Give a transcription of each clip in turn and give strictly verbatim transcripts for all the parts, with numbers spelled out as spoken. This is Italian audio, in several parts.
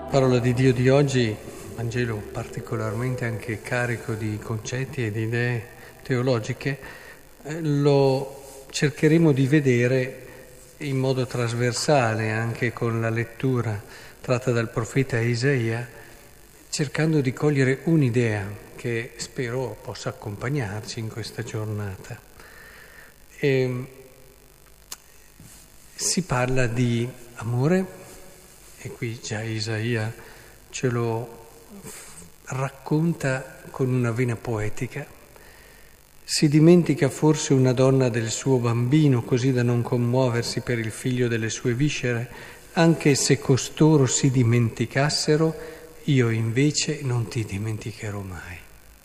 Parola di Dio di oggi, Vangelo particolarmente anche carico di concetti e di idee teologiche, eh, lo cercheremo di vedere in modo trasversale anche con la lettura tratta dal profeta Isaia, cercando di cogliere un'idea che spero possa accompagnarci in questa giornata. E si parla di amore. E qui già Isaia ce lo racconta con una vena poetica. Si dimentica forse una donna del suo bambino così da non commuoversi per il figlio delle sue viscere, anche se costoro si dimenticassero, io invece non ti dimenticherò mai.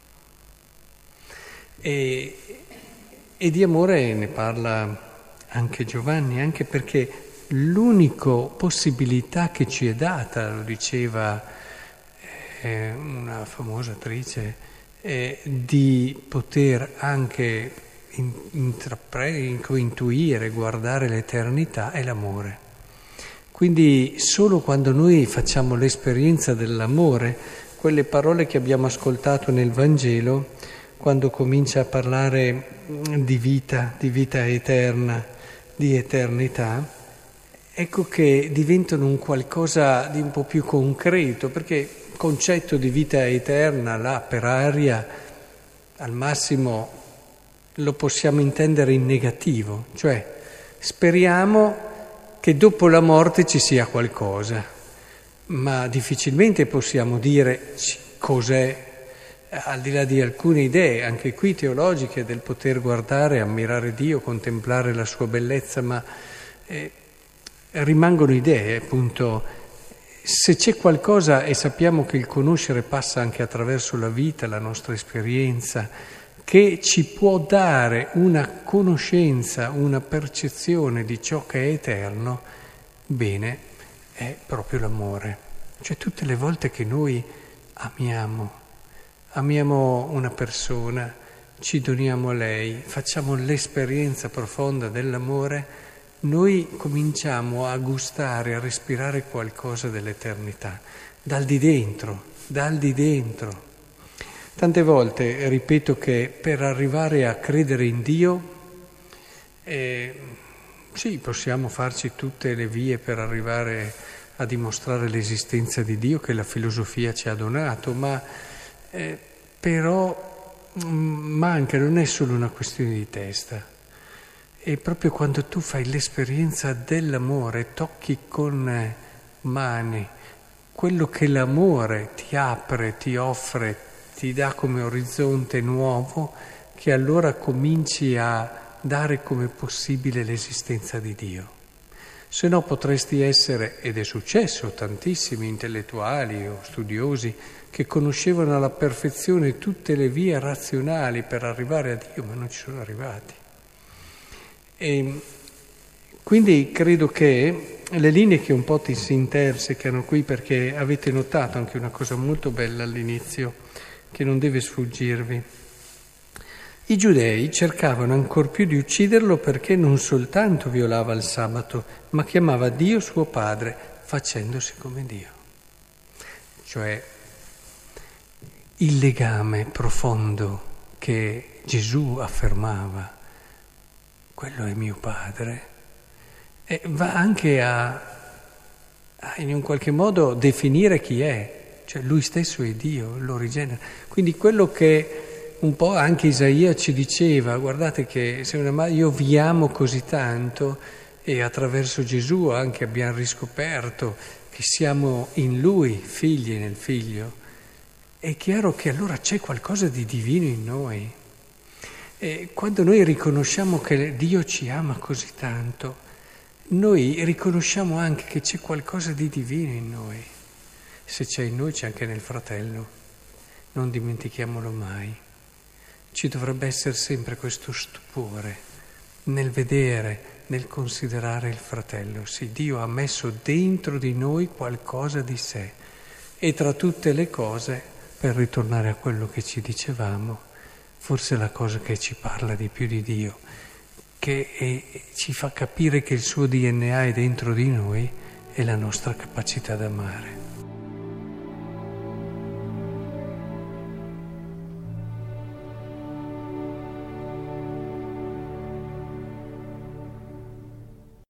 E, e di amore ne parla anche Giovanni, anche perché l'unica possibilità che ci è data, lo diceva eh, una famosa attrice, eh, di poter anche in, intrapre- intuire, guardare l'eternità, è l'amore. Quindi solo quando noi facciamo l'esperienza dell'amore, quelle parole che abbiamo ascoltato nel Vangelo, quando comincia a parlare di vita, di vita eterna, di eternità, ecco che diventano un qualcosa di un po' più concreto, perché il concetto di vita eterna là per aria al massimo lo possiamo intendere in negativo, cioè speriamo che dopo la morte ci sia qualcosa, ma difficilmente possiamo dire cos'è, al di là di alcune idee, anche qui teologiche, del poter guardare, ammirare Dio, contemplare la sua bellezza, ma eh, rimangono idee, appunto. Se c'è qualcosa, e sappiamo che il conoscere passa anche attraverso la vita, la nostra esperienza, che ci può dare una conoscenza, una percezione di ciò che è eterno, bene, è proprio l'amore. Cioè tutte le volte che noi amiamo, amiamo una persona, ci doniamo a lei, facciamo l'esperienza profonda dell'amore, noi cominciamo a gustare, a respirare qualcosa dell'eternità, dal di dentro, dal di dentro. Tante volte ripeto che per arrivare a credere in Dio, eh, sì, possiamo farci tutte le vie per arrivare a dimostrare l'esistenza di Dio che la filosofia ci ha donato, ma eh, però mh, manca, non è solo una questione di testa. E proprio quando tu fai l'esperienza dell'amore, tocchi con mani quello che l'amore ti apre, ti offre, ti dà come orizzonte nuovo, che allora cominci a dare come possibile l'esistenza di Dio. Se no potresti essere, ed è successo, tantissimi intellettuali o studiosi che conoscevano alla perfezione tutte le vie razionali per arrivare a Dio, ma non ci sono arrivati. E quindi credo che le linee che un po' ti si intersecano qui, perché avete notato anche una cosa molto bella all'inizio che non deve sfuggirvi. I giudei cercavano ancor più di ucciderlo perché non soltanto violava il sabato, ma chiamava Dio suo padre, facendosi come Dio. Cioè il legame profondo che Gesù affermava, quello è mio padre, e va anche a, a in un qualche modo definire chi è, cioè lui stesso è Dio, lo rigenera. Quindi quello che un po' anche Isaia ci diceva, guardate che se una, io vi amo così tanto, e attraverso Gesù anche abbiamo riscoperto che siamo in lui, figli nel figlio, è chiaro che allora c'è qualcosa di divino in noi. E quando noi riconosciamo che Dio ci ama così tanto, noi riconosciamo anche che c'è qualcosa di divino in noi. Se c'è in noi c'è anche nel fratello, non dimentichiamolo mai. Ci dovrebbe essere sempre questo stupore nel vedere, nel considerare il fratello. Sì, Dio ha messo dentro di noi qualcosa di sé, e tra tutte le cose, per ritornare a quello che ci dicevamo, forse la cosa che ci parla di più di Dio, che è, ci fa capire che il suo D N A è dentro di noi, è la nostra capacità d'amare.